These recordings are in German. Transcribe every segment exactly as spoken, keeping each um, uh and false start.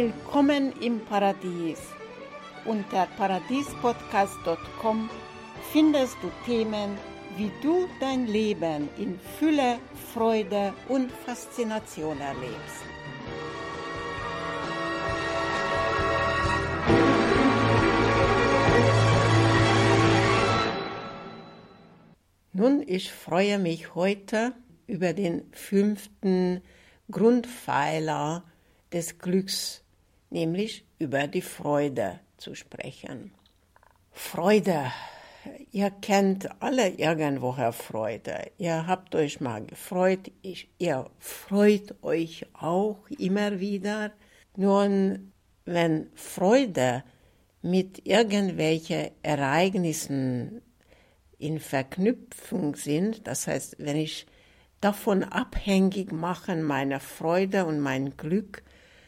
Willkommen im Paradies. Unter paradies podcast punkt com findest du Themen, wie du dein Leben in Fülle, Freude und Faszination erlebst. Nun, ich freue mich heute über den fünften Grundpfeiler des Glücks, nämlich über die Freude zu sprechen. Freude, ihr kennt alle irgendwoher Freude. Ihr habt euch mal gefreut, ich, ihr freut euch auch immer wieder. Nun, wenn Freude mit irgendwelchen Ereignissen in Verknüpfung sind, das heißt, wenn ich davon abhängig mache, meine Freude und mein Glück,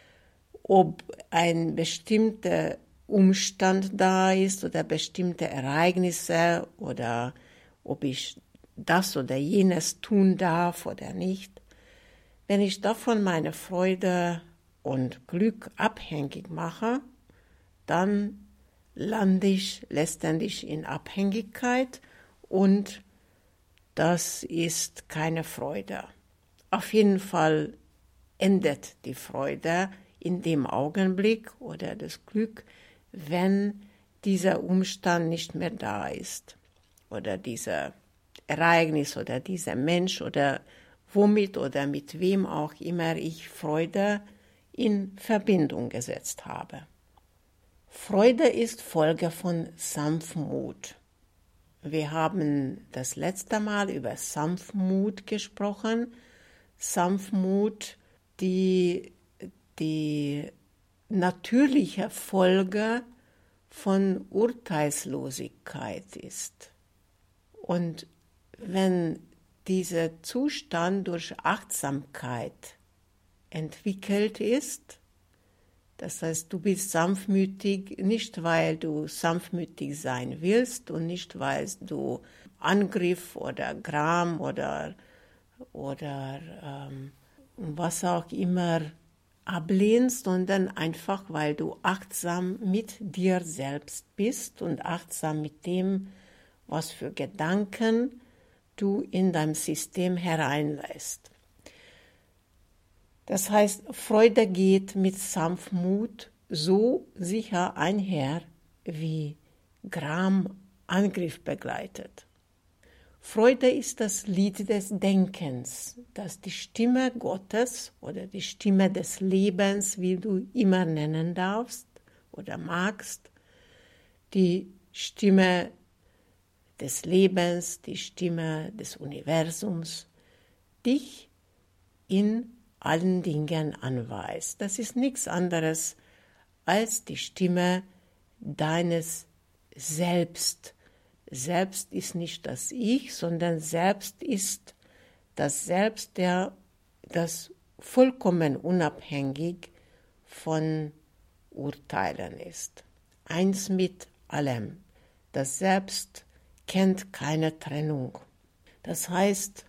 ob ein bestimmter Umstand da ist oder bestimmte Ereignisse oder ob ich das oder jenes tun darf oder nicht. Wenn ich davon meine Freude und Glück abhängig mache, dann lande ich letztendlich in Abhängigkeit und das ist keine Freude. Auf jeden Fall endet die Freude in dem Augenblick oder das Glück, wenn dieser Umstand nicht mehr da ist oder dieser Ereignis oder dieser Mensch oder womit oder mit wem auch immer ich Freude in Verbindung gesetzt habe. Freude ist Folge von Sanftmut. Wir haben das letzte Mal über Sanftmut gesprochen. Sanftmut, die die natürliche Folge von Urteilslosigkeit ist. Und wenn dieser Zustand durch Achtsamkeit entwickelt ist, das heißt, du bist sanftmütig, nicht weil du sanftmütig sein willst und nicht weil du Angriff oder Gram oder, oder ähm, was auch immer ablehnst, sondern einfach, weil du achtsam mit dir selbst bist und achtsam mit dem, was für Gedanken du in dein System hereinlässt. Das heißt, Freude geht mit Sanftmut so sicher einher, wie Gram Angriff begleitet. Freude ist das Lied des Denkens, das die Stimme Gottes oder die Stimme des Lebens, wie du immer nennen darfst oder magst, die Stimme des Lebens, die Stimme des Universums, dich in allen Dingen anweist. Das ist nichts anderes als die Stimme deines Selbst. Selbst ist nicht das Ich, sondern Selbst ist das Selbst, der das vollkommen unabhängig von Urteilen ist. Eins mit allem. Das Selbst kennt keine Trennung. Das heißt,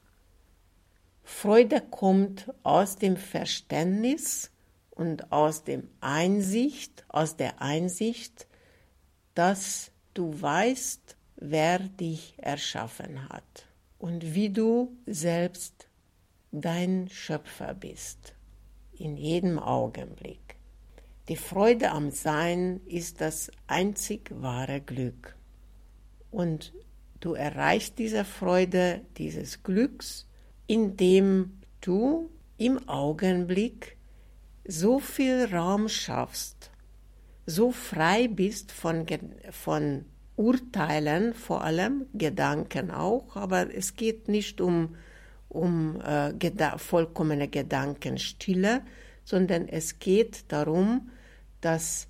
Freude kommt aus dem Verständnis und aus dem Einsicht, aus der Einsicht, dass du weißt, wer dich erschaffen hat und wie du selbst dein Schöpfer bist, in jedem Augenblick. Die Freude am Sein ist das einzig wahre Glück. Und du erreichst diese Freude, dieses Glücks, indem du im Augenblick so viel Raum schaffst, so frei bist von, von Urteilen, vor allem Gedanken auch, aber es geht nicht um, um äh, geda- vollkommene Gedankenstille, sondern es geht darum, dass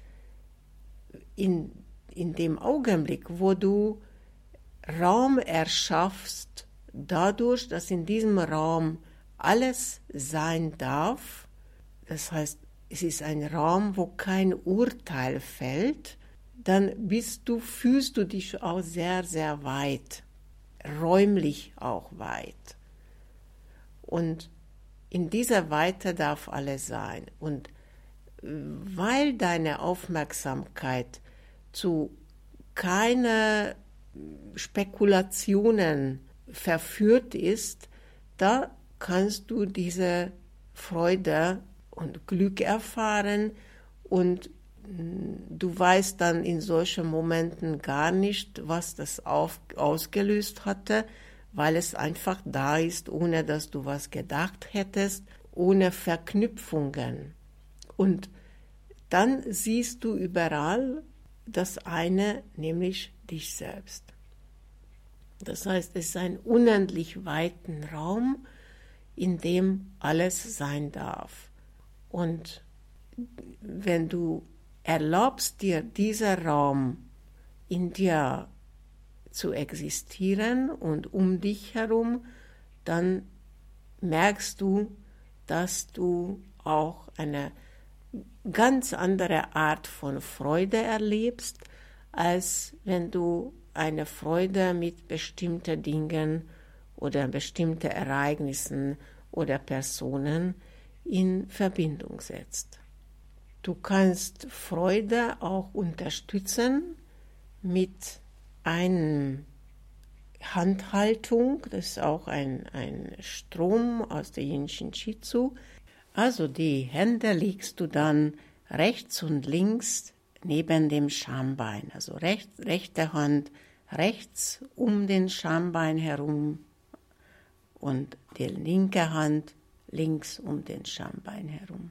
in, in dem Augenblick, wo du Raum erschaffst, dadurch, dass in diesem Raum alles sein darf, das heißt, es ist ein Raum, wo kein Urteil fällt, dann bist du, fühlst du dich auch sehr, sehr weit, räumlich auch weit. Und in dieser Weite darf alles sein. Und weil deine Aufmerksamkeit zu keine Spekulationen verführt ist, da kannst du diese Freude und Glück erfahren und du weißt dann in solchen Momenten gar nicht, was das auf, ausgelöst hatte, weil es einfach da ist, ohne dass du was gedacht hättest, ohne Verknüpfungen. Und dann siehst du überall das eine, nämlich dich selbst. Das heißt, es ist ein unendlich weiten Raum, in dem alles sein darf. Und wenn du erlaubst dir, dieser Raum in dir zu existieren und um dich herum, dann merkst du, dass du auch eine ganz andere Art von Freude erlebst, als wenn du eine Freude mit bestimmten Dingen oder bestimmten Ereignissen oder Personen in Verbindung setzt. Du kannst Freude auch unterstützen mit einer Handhaltung, das ist auch ein, ein Strom aus der Yin-Shin Jitsu. Also die Hände legst du dann rechts und links neben dem Schambein, also recht, rechte Hand rechts um den Schambein herum und die linke Hand links um den Schambein herum.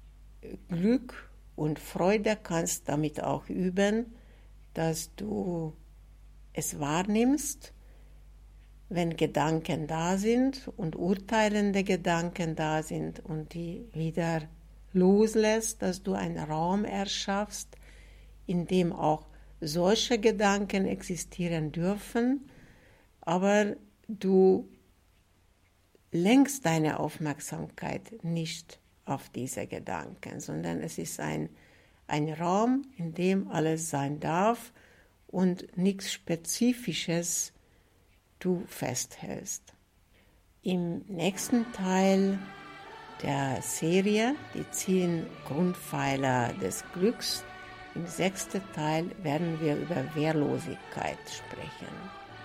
Glück und Freude kannst damit auch üben, dass du es wahrnimmst, wenn Gedanken da sind und urteilende Gedanken da sind und die wieder loslässt, dass du einen Raum erschaffst, in dem auch solche Gedanken existieren dürfen, aber du lenkst deine Aufmerksamkeit nicht auf diese Gedanken, sondern es ist ein, ein Raum, in dem alles sein darf und nichts Spezifisches du festhältst. Im nächsten Teil der Serie, die zehn Grundpfeiler des Glücks, im sechsten Teil werden wir über Wehrlosigkeit sprechen.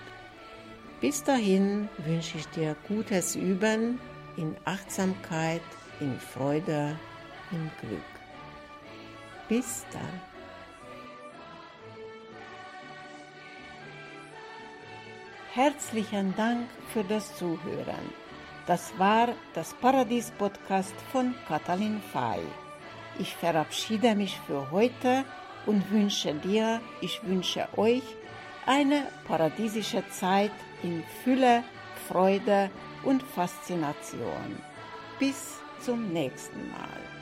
Bis dahin wünsche ich dir gutes Üben in Achtsamkeit, in Freude, im Glück. Bis dann. Herzlichen Dank für das Zuhören. Das war das Paradies-Podcast von Katalin Fay. Ich verabschiede mich für heute und wünsche dir, ich wünsche euch eine paradiesische Zeit in Fülle, Freude und Faszination. Bis zum nächsten Mal.